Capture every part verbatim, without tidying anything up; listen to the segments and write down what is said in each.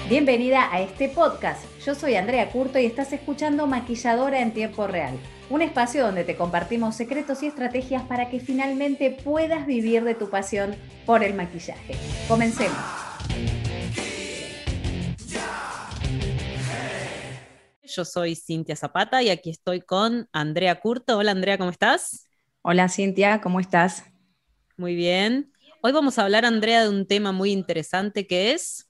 Bienvenida a este podcast. Yo soy Andrea Curto y estás escuchando Maquilladora en Tiempo Real, un espacio donde te compartimos secretos y estrategias para que finalmente puedas vivir de tu pasión por el maquillaje. Comencemos. Yo soy Cintia Zapata y aquí estoy con Andrea Curto. Hola Andrea, ¿cómo estás? Hola Cintia, ¿cómo estás? Muy bien. Hoy vamos a hablar, Andrea, de un tema muy interesante que es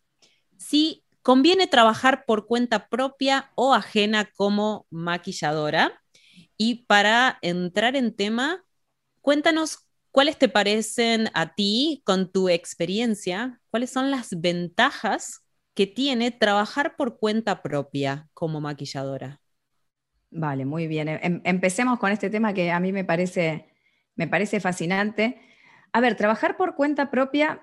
si conviene trabajar por cuenta propia o ajena como maquilladora. Y para entrar en tema, cuéntanos cuáles te parecen a ti, con tu experiencia, cuáles son las ventajas que tiene trabajar por cuenta propia como maquilladora. Vale, muy bien. Em- empecemos con este tema que a mí me parece, me parece fascinante. A ver, trabajar por cuenta propia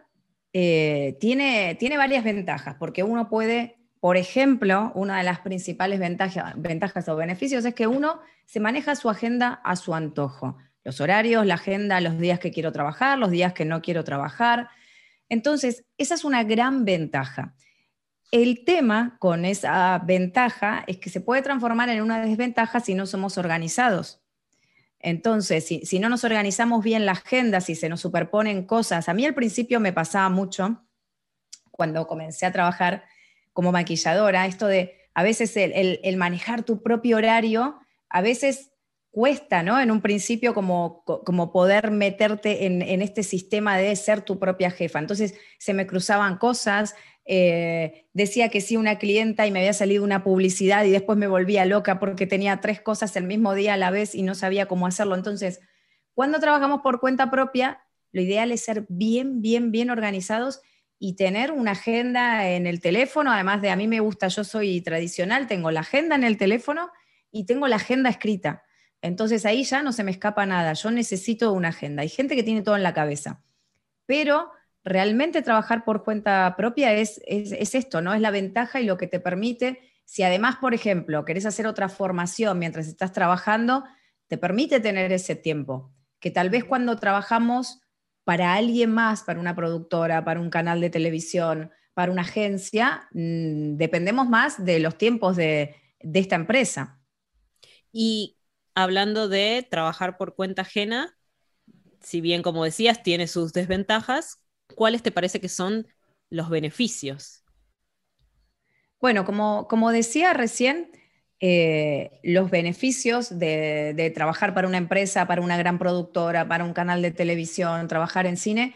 eh, tiene, tiene varias ventajas, porque uno puede, por ejemplo, una de las principales ventajas, ventajas o beneficios es que uno se maneja su agenda a su antojo. Los horarios, la agenda, los días que quiero trabajar, los días que no quiero trabajar. Entonces, esa es una gran ventaja. El tema con esa ventaja es que se puede transformar en una desventaja si no somos organizados. Entonces, si, si no nos organizamos bien la agenda, si se nos superponen cosas, a mí al principio me pasaba mucho cuando comencé a trabajar como maquilladora, esto de a veces el, el, el manejar tu propio horario, a veces cuesta, ¿no? En un principio como, como poder meterte en, en este sistema de ser tu propia jefa. Entonces se me cruzaban cosas, eh, decía que sí una clienta y me había salido una publicidad y después me volvía loca porque tenía tres cosas el mismo día a la vez y no sabía cómo hacerlo. Entonces, cuando trabajamos por cuenta propia, lo ideal es ser bien, bien, bien organizados y tener una agenda en el teléfono. Además de, a mí me gusta, yo soy tradicional, tengo la agenda en el teléfono y tengo la agenda escrita. Entonces ahí ya no se me escapa nada, yo necesito una agenda. Hay gente que tiene todo en la cabeza, pero realmente trabajar por cuenta propia es, es, es esto, ¿no? Es la ventaja y lo que te permite, si además, por ejemplo, querés hacer otra formación mientras estás trabajando, te permite tener ese tiempo, que tal vez cuando trabajamos para alguien más, para una productora, para un canal de televisión, para una agencia, mmm, dependemos más de los tiempos de, de esta empresa. Y hablando de trabajar por cuenta ajena, si bien como decías tiene sus desventajas, ¿cuáles te parece que son los beneficios? Bueno, como, como decía recién, eh, los beneficios de, de trabajar para una empresa, para una gran productora, para un canal de televisión, trabajar en cine,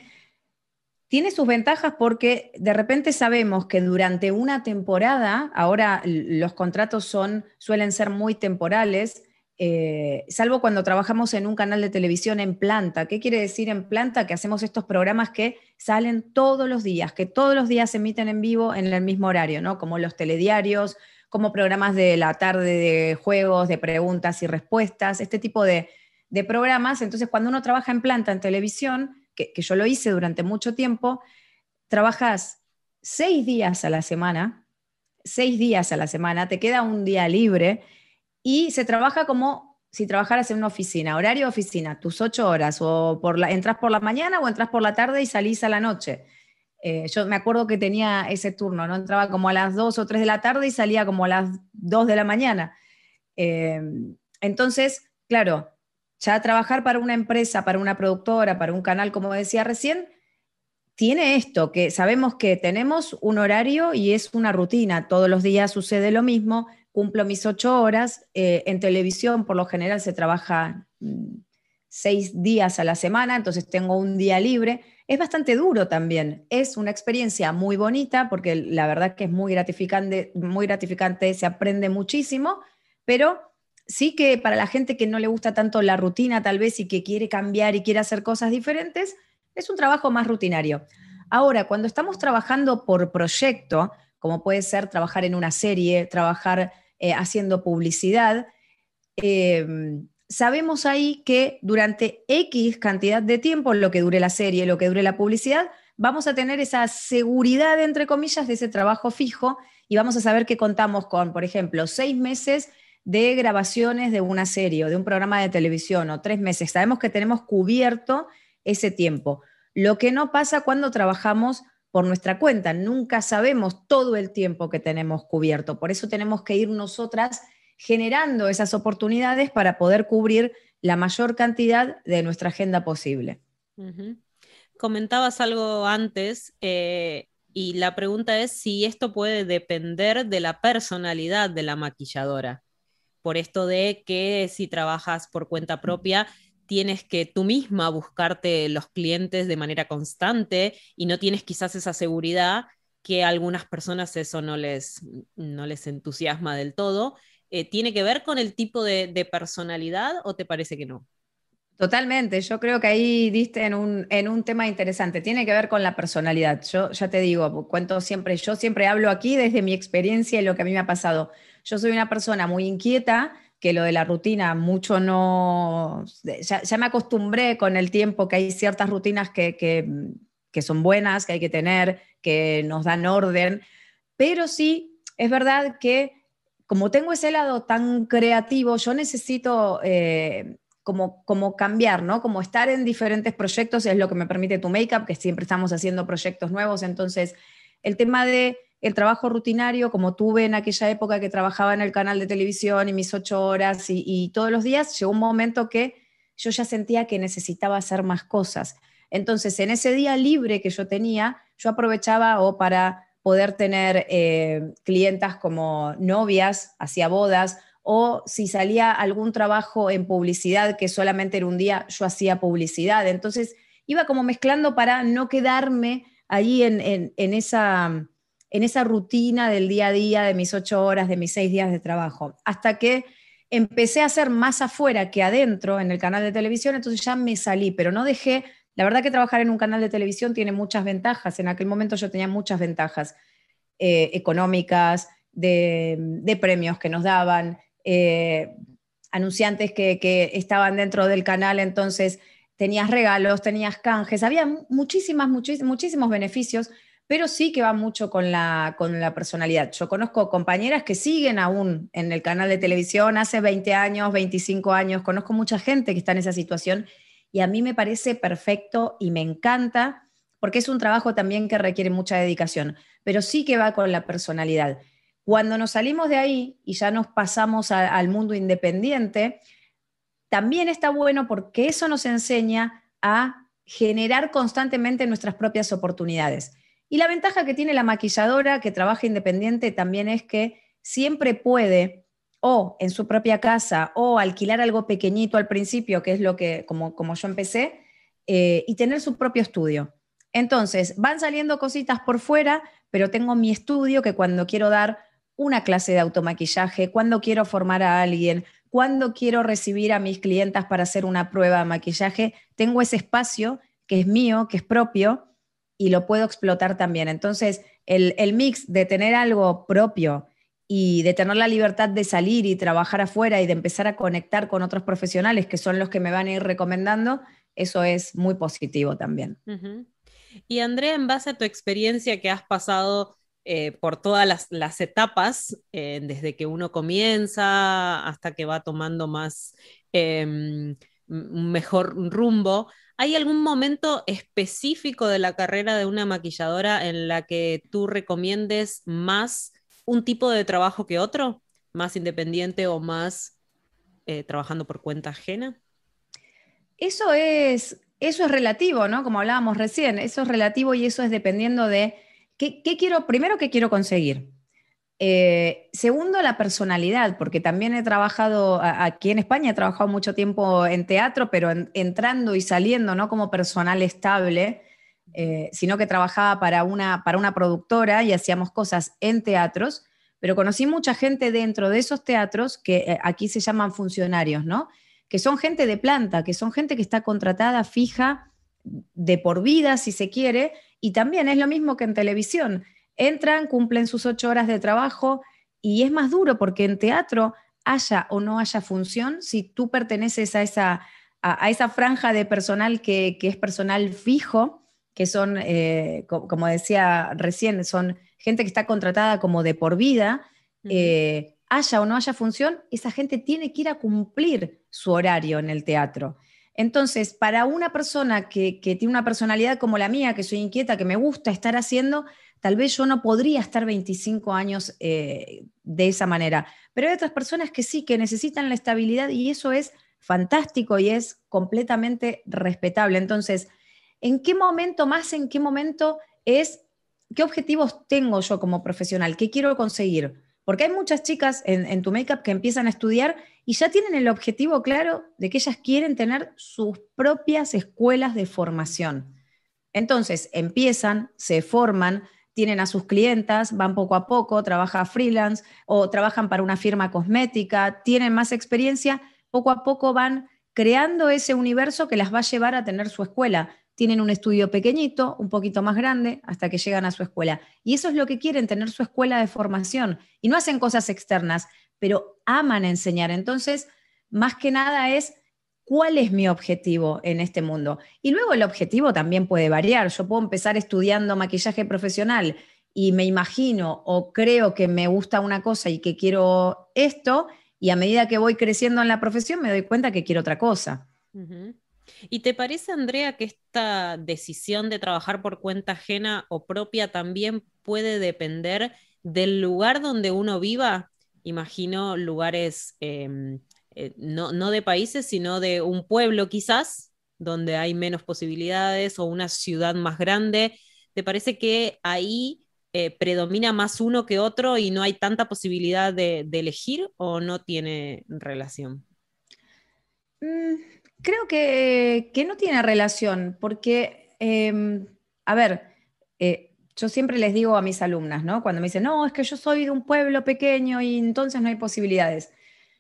tiene sus ventajas porque de repente sabemos que durante una temporada, ahora los contratos son, suelen ser muy temporales, eh, salvo cuando trabajamos en un canal de televisión en planta. ¿Qué quiere decir en planta? Que hacemos estos programas que salen todos los días, que todos los días se emiten en vivo en el mismo horario, ¿no? Como los telediarios, como programas de la tarde de juegos, de preguntas y respuestas, este tipo de, de programas. Entonces, cuando uno trabaja en planta en televisión, que, que yo lo hice durante mucho tiempo, trabajas seis días a la semana, seis días a la semana, te queda un día libre y se trabaja como si trabajaras en una oficina, horario de oficina, tus ocho horas, o por la, entras por la mañana o entras por la tarde y salís a la noche. Eh, yo me acuerdo que tenía ese turno, ¿no? Entraba como a las dos o tres de la tarde y salía como a las dos de la mañana. Eh, entonces, claro, ya trabajar para una empresa, para una productora, para un canal, como decía recién, tiene esto, que sabemos que tenemos un horario y es una rutina. Todos los días sucede lo mismo, cumplo mis ocho horas. Eh, en televisión, por lo general, se trabaja mm, seis días a la semana, entonces tengo un día libre. Es bastante duro también. Es una experiencia muy bonita porque la verdad que es muy gratificante, muy gratificante, se aprende muchísimo, pero sí que para la gente que no le gusta tanto la rutina tal vez y que quiere cambiar y quiere hacer cosas diferentes, es un trabajo más rutinario. Ahora, cuando estamos trabajando por proyecto, como puede ser trabajar en una serie, trabajar eh, haciendo publicidad, eh, sabemos ahí que durante X cantidad de tiempo, lo que dure la serie, lo que dure la publicidad, vamos a tener esa seguridad, entre comillas, de ese trabajo fijo y vamos a saber que contamos con, por ejemplo, seis meses de grabaciones de una serie o de un programa de televisión o tres meses. Sabemos que tenemos cubierto ese tiempo. Lo que no pasa cuando trabajamos por nuestra cuenta, nunca sabemos todo el tiempo que tenemos cubierto, por eso tenemos que ir nosotras generando esas oportunidades para poder cubrir la mayor cantidad de nuestra agenda posible. Uh-huh. Comentabas algo antes, eh, y la pregunta es si esto puede depender de la personalidad de la maquilladora. Por esto de que si trabajas por cuenta propia, tienes que tú misma buscarte los clientes de manera constante y no tienes quizás esa seguridad que a algunas personas eso no les, no les entusiasma del todo. Eh, ¿tiene que ver con el tipo de, de personalidad o te parece que no? Totalmente, yo creo que ahí diste en un, en un tema interesante, tiene que ver con la personalidad. Yo ya te digo, cuento siempre, yo siempre hablo aquí desde mi experiencia y lo que a mí me ha pasado. Yo soy una persona muy inquieta, que lo de la rutina mucho no, ya, ya me acostumbré con el tiempo que hay ciertas rutinas que, que, que son buenas, que hay que tener, que nos dan orden, pero sí, es verdad que como tengo ese lado tan creativo, yo necesito... Eh, como, como cambiar, ¿no? Como estar en diferentes proyectos es lo que me permite tu Makeup, que siempre estamos haciendo proyectos nuevos. Entonces, el tema de el trabajo rutinario, como tuve en aquella época que trabajaba en el canal de televisión y mis ocho horas y, y todos los días, llegó un momento que yo ya sentía que necesitaba hacer más cosas. Entonces, en ese día libre que yo tenía, yo aprovechaba o para poder tener eh, clientas como novias, hacía bodas, o si salía algún trabajo en publicidad que solamente era un día, yo hacía publicidad. Entonces iba como mezclando para no quedarme ahí en, en, en, esa, en esa rutina del día a día, de mis ocho horas, de mis seis días de trabajo. Hasta que empecé a hacer más afuera que adentro en el canal de televisión, entonces ya me salí, pero no dejé. La verdad que trabajar en un canal de televisión tiene muchas ventajas. En aquel momento yo tenía muchas ventajas eh, económicas, de, de premios que nos daban, eh, anunciantes que, que, estaban dentro del canal, entonces tenías regalos, tenías canjes, había muchísimas, muchís, muchísimos beneficios, pero sí que va mucho con la, con la personalidad. Yo conozco compañeras que siguen aún en el canal de televisión hace veinte años, veinticinco años, conozco mucha gente que está en esa situación y a mí me parece perfecto y me encanta porque es un trabajo también que requiere mucha dedicación, pero sí que va con la personalidad. Cuando nos salimos de ahí y ya nos pasamos a, al mundo independiente, también está bueno porque eso nos enseña a generar constantemente nuestras propias oportunidades. Y la ventaja que tiene la maquilladora que trabaja independiente también es que siempre puede, o en su propia casa, o alquilar algo pequeñito al principio, que es lo que, como, como yo empecé, eh, y tener su propio estudio. Entonces, van saliendo cositas por fuera, pero tengo mi estudio que cuando quiero dar una clase de automaquillaje, cuando quiero formar a alguien, cuando quiero recibir a mis clientas para hacer una prueba de maquillaje, tengo ese espacio que es mío, que es propio y lo puedo explotar también. Entonces, el, el mix de tener algo propio y de tener la libertad de salir y trabajar afuera y de empezar a conectar con otros profesionales que son los que me van a ir recomendando, eso es muy positivo también. Uh-huh. Y Andrea, en base a tu experiencia que has pasado eh, por todas las, las etapas, eh, desde que uno comienza hasta que va tomando más eh, un mejor rumbo, ¿hay algún momento específico de la carrera de una maquilladora en la que tú recomiendes más un tipo de trabajo que otro? ¿Más independiente o más eh, trabajando por cuenta ajena? Eso es, eso es relativo, ¿no? Como hablábamos recién, eso es relativo y eso es dependiendo de qué, qué quiero, primero, qué quiero conseguir. Eh, segundo, la personalidad, porque también he trabajado a, aquí en España, he trabajado mucho tiempo en teatro, pero en, entrando y saliendo, no como personal estable, eh, sino que trabajaba para una, para una productora y hacíamos cosas en teatros, pero conocí mucha gente dentro de esos teatros que eh, aquí se llaman funcionarios, ¿no? Que son gente de planta, que son gente que está contratada fija de por vida, si se quiere, y también es lo mismo que en televisión. Entran, cumplen sus ocho horas de trabajo y es más duro porque en teatro, haya o no haya función, si tú perteneces a esa, a, a esa franja de personal que, que, es personal fijo, que son, eh, co como decía recién, son gente que está contratada como de por vida, Uh-huh. eh, haya o no haya función, esa gente tiene que ir a cumplir su horario en el teatro. Entonces, para una persona que, que tiene una personalidad como la mía, que soy inquieta, que me gusta estar haciendo, tal vez yo no podría estar veinticinco años eh, de esa manera. Pero hay otras personas que sí, que necesitan la estabilidad y eso es fantástico y es completamente respetable. Entonces, ¿en qué momento más, en qué momento es, qué objetivos tengo yo como profesional? ¿Qué quiero conseguir? Porque hay muchas chicas en, en tu Makeup que empiezan a estudiar y ya tienen el objetivo claro de que ellas quieren tener sus propias escuelas de formación. Entonces empiezan, se forman, tienen a sus clientas, van poco a poco, trabajan freelance o trabajan para una firma cosmética, tienen más experiencia, poco a poco van creando ese universo que las va a llevar a tener su escuela. Tienen un estudio pequeñito, un poquito más grande, hasta que llegan a su escuela. Y eso es lo que quieren, tener su escuela de formación. Y no hacen cosas externas, pero aman enseñar. Entonces, más que nada es cuál es mi objetivo en este mundo. Y luego el objetivo también puede variar. Yo puedo empezar estudiando maquillaje profesional y me imagino o creo que me gusta una cosa y que quiero esto, y a medida que voy creciendo en la profesión me doy cuenta que quiero otra cosa. Uh-huh. ¿Y te parece, Andrea, que esta decisión de trabajar por cuenta ajena o propia también puede depender del lugar donde uno viva? Imagino lugares eh, eh, no, no de países, sino de un pueblo quizás, donde hay menos posibilidades, o una ciudad más grande. ¿Te parece que ahí eh, predomina más uno que otro y no hay tanta posibilidad de, de elegir, o no tiene relación? Mm, creo que, que no tiene relación, porque, eh, a ver, eh, yo siempre les digo a mis alumnas, ¿no? Cuando me dicen, no, es que yo soy de un pueblo pequeño y entonces no hay posibilidades.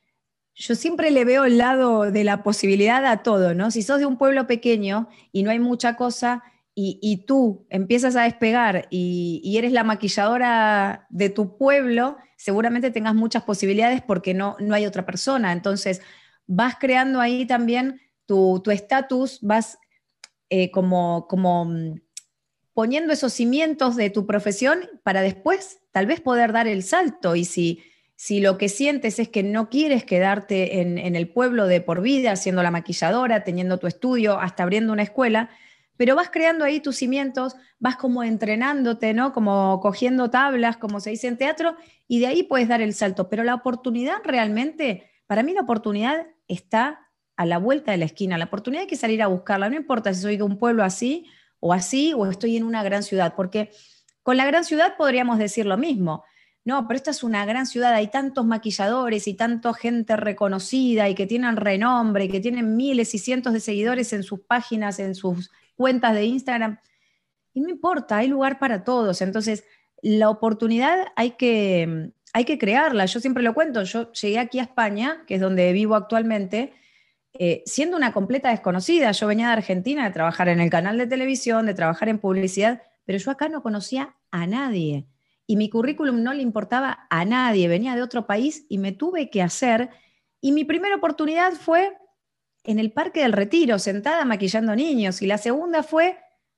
Yo siempre le veo el lado de la posibilidad a todo, ¿no? Si sos de un pueblo pequeño y no hay mucha cosa y, y tú empiezas a despegar y, y eres la maquilladora de tu pueblo, seguramente tengas muchas posibilidades porque no, no hay otra persona. Entonces, vas creando ahí también tu tu estatus, vas eh, como, como mm, poniendo esos cimientos de tu profesión para después tal vez poder dar el salto. Y si, si lo que sientes es que no quieres quedarte en, en el pueblo de por vida, siendo la maquilladora, teniendo tu estudio, hasta abriendo una escuela, pero vas creando ahí tus cimientos, vas como entrenándote, ¿no? Como cogiendo tablas, como se dice en teatro, y de ahí puedes dar el salto. Pero la oportunidad realmente, para mí la oportunidad está a la vuelta de la esquina. La oportunidad hay que salir a buscarla, no importa si soy de un pueblo así o así, o estoy en una gran ciudad, porque con la gran ciudad podríamos decir lo mismo. No, pero esta es una gran ciudad, hay tantos maquilladores y tanta gente reconocida y que tienen renombre y que tienen miles y cientos de seguidores en sus páginas, en sus cuentas de Instagram. Y no importa, hay lugar para todos. Entonces, la oportunidad hay que, hay que crearla. Yo siempre lo cuento, yo llegué aquí a España, que es donde vivo actualmente, eh, siendo una completa desconocida. Yo venía de Argentina de trabajar en el canal de televisión, de trabajar en publicidad, pero yo acá no conocía a nadie. Y mi currículum no le importaba a nadie, venía de otro país y me tuve que hacer. Y mi primera oportunidad fue en el Parque del Retiro, sentada maquillando niños. Y la segunda fue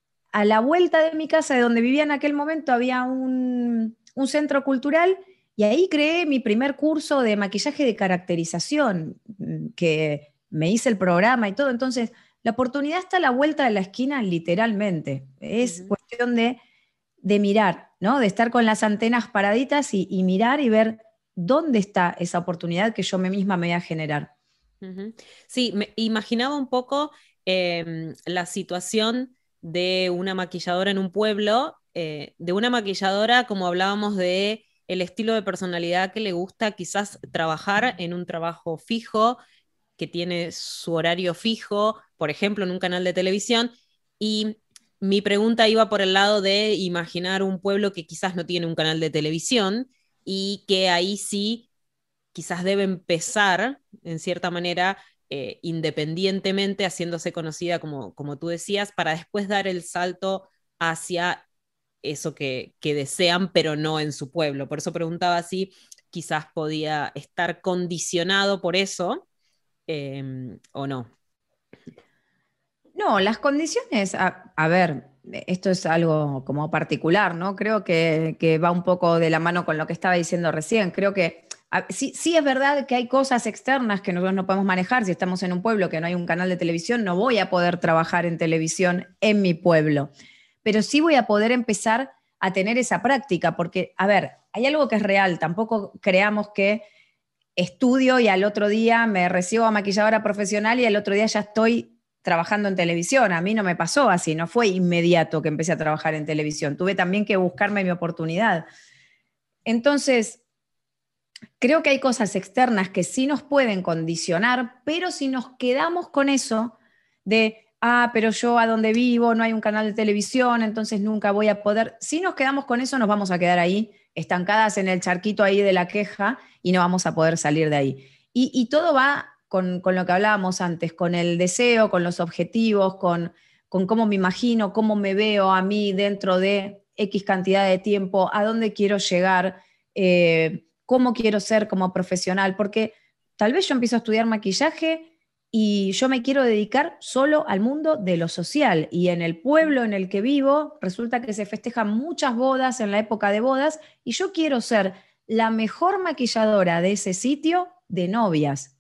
a la vuelta de mi casa, de donde vivía en aquel momento, había un, un centro cultural y ahí creé mi primer curso de maquillaje de caracterización, que me hice el programa y todo. Entonces, la oportunidad está a la vuelta de la esquina, literalmente. Es Uh-huh. cuestión de, de mirar, ¿no? De estar con las antenas paraditas y, y mirar y ver dónde está esa oportunidad que yo me misma me voy a generar. Uh-huh. Sí, me imaginaba un poco eh, la situación de una maquilladora en un pueblo, eh, de una maquilladora, como hablábamos, de el estilo de personalidad que le gusta quizás trabajar en un trabajo fijo, que tiene su horario fijo, por ejemplo, en un canal de televisión. Y mi pregunta iba por el lado de imaginar un pueblo que quizás no tiene un canal de televisión y que ahí sí quizás debe empezar, en cierta manera, eh, independientemente, haciéndose conocida, como, como tú decías, para después dar el salto hacia eso que, que desean, pero no en su pueblo. Por eso preguntaba si quizás podía estar condicionado por eso eh, o no. No, las condiciones, a, a ver, esto es algo como particular, ¿no? Creo que, que va un poco de la mano con lo que estaba diciendo recién. Creo que Sí, sí es verdad que hay cosas externas que nosotros no podemos manejar. Si estamos en un pueblo que no hay un canal de televisión, no voy a poder trabajar en televisión en mi pueblo. Pero sí voy a poder empezar a tener esa práctica, porque, a ver, hay algo que es real. Tampoco creamos que estudio y al otro día me recibo a maquilladora profesional y al otro día ya estoy trabajando en televisión. A mí no me pasó así, no fue inmediato que empecé a trabajar en televisión. Tuve también que buscarme mi oportunidad. Entonces, creo que hay cosas externas que sí nos pueden condicionar, pero si nos quedamos con eso de, ah, pero yo a donde vivo no hay un canal de televisión, entonces nunca voy a poder, si nos quedamos con eso nos vamos a quedar ahí, estancadas en el charquito ahí de la queja y no vamos a poder salir de ahí. Y, y todo va con, con, lo que hablábamos antes, con el deseo, con los objetivos, con, con cómo me imagino, cómo me veo a mí dentro de X cantidad de tiempo, a dónde quiero llegar, eh, cómo quiero ser como profesional, porque tal vez yo empiezo a estudiar maquillaje y yo me quiero dedicar solo al mundo de lo social. Y en el pueblo en el que vivo, resulta que se festejan muchas bodas en la época de bodas y yo quiero ser la mejor maquilladora de ese sitio de novias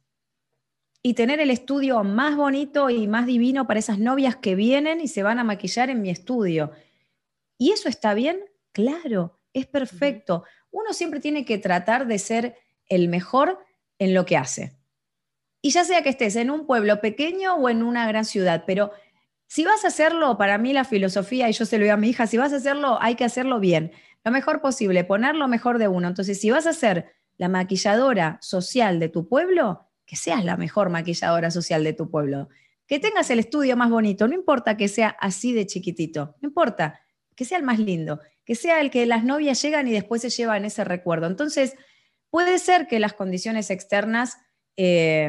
y tener el estudio más bonito y más divino para esas novias que vienen y se van a maquillar en mi estudio. ¿Y eso está bien? Claro, es perfecto. Uno siempre tiene que tratar de ser el mejor en lo que hace. Y ya sea que estés en un pueblo pequeño o en una gran ciudad, pero si vas a hacerlo, para mí la filosofía, y yo se lo digo a mi hija, si vas a hacerlo, hay que hacerlo bien, lo mejor posible, poner lo mejor de uno. Entonces, si vas a ser la maquilladora social de tu pueblo, que seas la mejor maquilladora social de tu pueblo. Que tengas el estudio más bonito, no importa que sea así de chiquitito, no importa, que sea el más lindo, que sea el que las novias llegan y después se llevan ese recuerdo. Entonces, puede ser que las condiciones externas eh,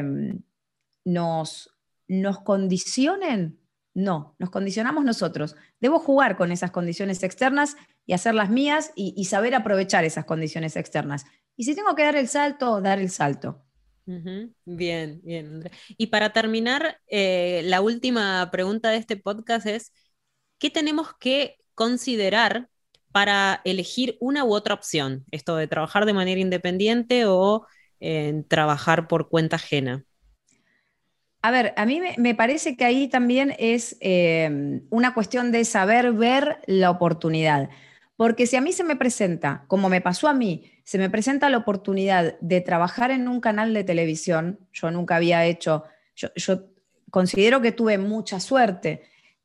nos, nos condicionen. No, nos condicionamos nosotros. Debo jugar con esas condiciones externas y hacerlas mías y, y saber aprovechar esas condiciones externas. Y si tengo que dar el salto, dar el salto. Uh-huh. Bien, bien, Andrea. Y para terminar, eh, la última pregunta de este podcast es, ¿qué tenemos que considerar para elegir una u otra opción? Esto de trabajar de manera independiente o eh, trabajar por cuenta ajena. A ver, a mí me, me parece que ahí también es eh, una cuestión de saber ver la oportunidad. Porque si a mí se me presenta, como me pasó a mí, se me presenta la oportunidad de trabajar en un canal de televisión, yo nunca había hecho, yo, yo considero que tuve mucha suerte,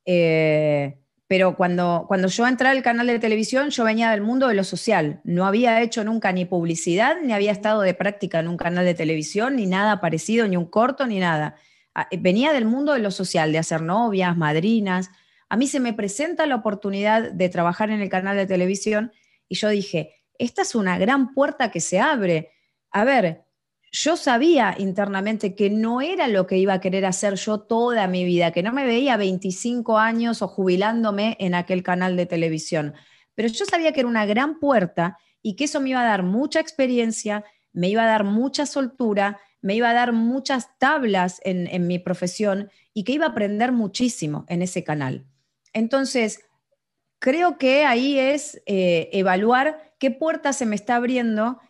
eh, pero cuando, cuando yo entré al canal de televisión, yo venía del mundo de lo social, no había hecho nunca ni publicidad, ni había estado de práctica en un canal de televisión, ni nada parecido, ni un corto, ni nada. Venía del mundo de lo social, de hacer novias, madrinas. A mí se me presenta la oportunidad de trabajar en el canal de televisión y yo dije, esta es una gran puerta que se abre. A ver, yo sabía internamente que no era lo que iba a querer hacer yo toda mi vida, que no me veía veinticinco años o jubilándome en aquel canal de televisión, pero yo sabía que era una gran puerta y que eso me iba a dar mucha experiencia, me iba a dar mucha soltura, me iba a dar muchas tablas en, en mi profesión y que iba a aprender muchísimo en ese canal. Entonces, creo que ahí es eh, evaluar qué puerta se me está abriendo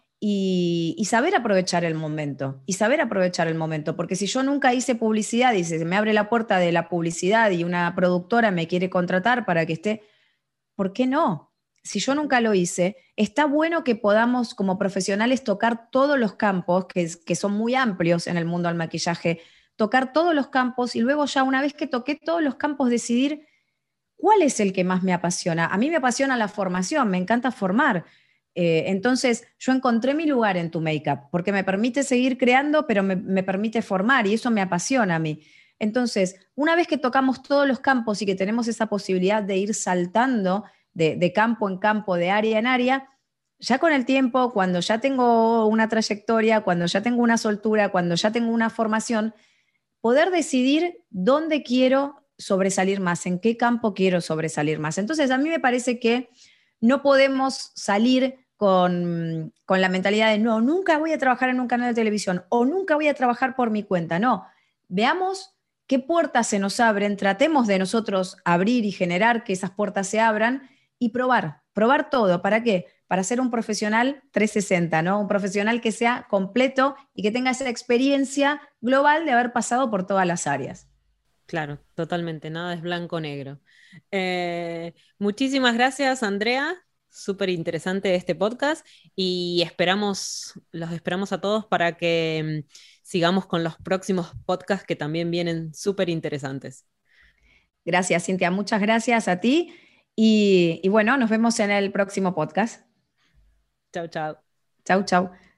y, y, saber aprovechar el momento, y saber aprovechar el momento, porque si yo nunca hice publicidad y se me abre la puerta de la publicidad y una productora me quiere contratar para que esté, ¿por qué no? Si yo nunca lo hice, está bueno que podamos como profesionales tocar todos los campos, que, que son muy amplios en el mundo del maquillaje, tocar todos los campos y luego ya una vez que toqué todos los campos decidir cuál es el que más me apasiona. A mí me apasiona la formación, me encanta formar. Eh, entonces yo encontré mi lugar en tu make-up porque me permite seguir creando, pero me, me permite formar y eso me apasiona a mí. Entonces, una vez que tocamos todos los campos y que tenemos esa posibilidad de ir saltando de, de campo en campo, de área en área, ya con el tiempo, cuando ya tengo una trayectoria, cuando ya tengo una soltura, cuando ya tengo una formación, poder decidir dónde quiero sobresalir más, en qué campo quiero sobresalir más. Entonces, a mí me parece que no podemos salir con, con la mentalidad de no, nunca voy a trabajar en un canal de televisión o nunca voy a trabajar por mi cuenta. No, veamos qué puertas se nos abren, tratemos de nosotros abrir y generar que esas puertas se abran y probar, probar todo. ¿Para qué? para ser un profesional trescientos sesenta, ¿no? Un profesional que sea completo y que tenga esa experiencia global de haber pasado por todas las áreas. Claro, totalmente, nada es blanco o negro. Eh, muchísimas gracias, Andrea. Súper interesante este podcast y esperamos, los esperamos a todos para que mm, sigamos con los próximos podcasts que también vienen súper interesantes. Gracias, Cintia. Muchas gracias a ti. Y, y bueno, nos vemos en el próximo podcast. Chao, chao. Chau, chau.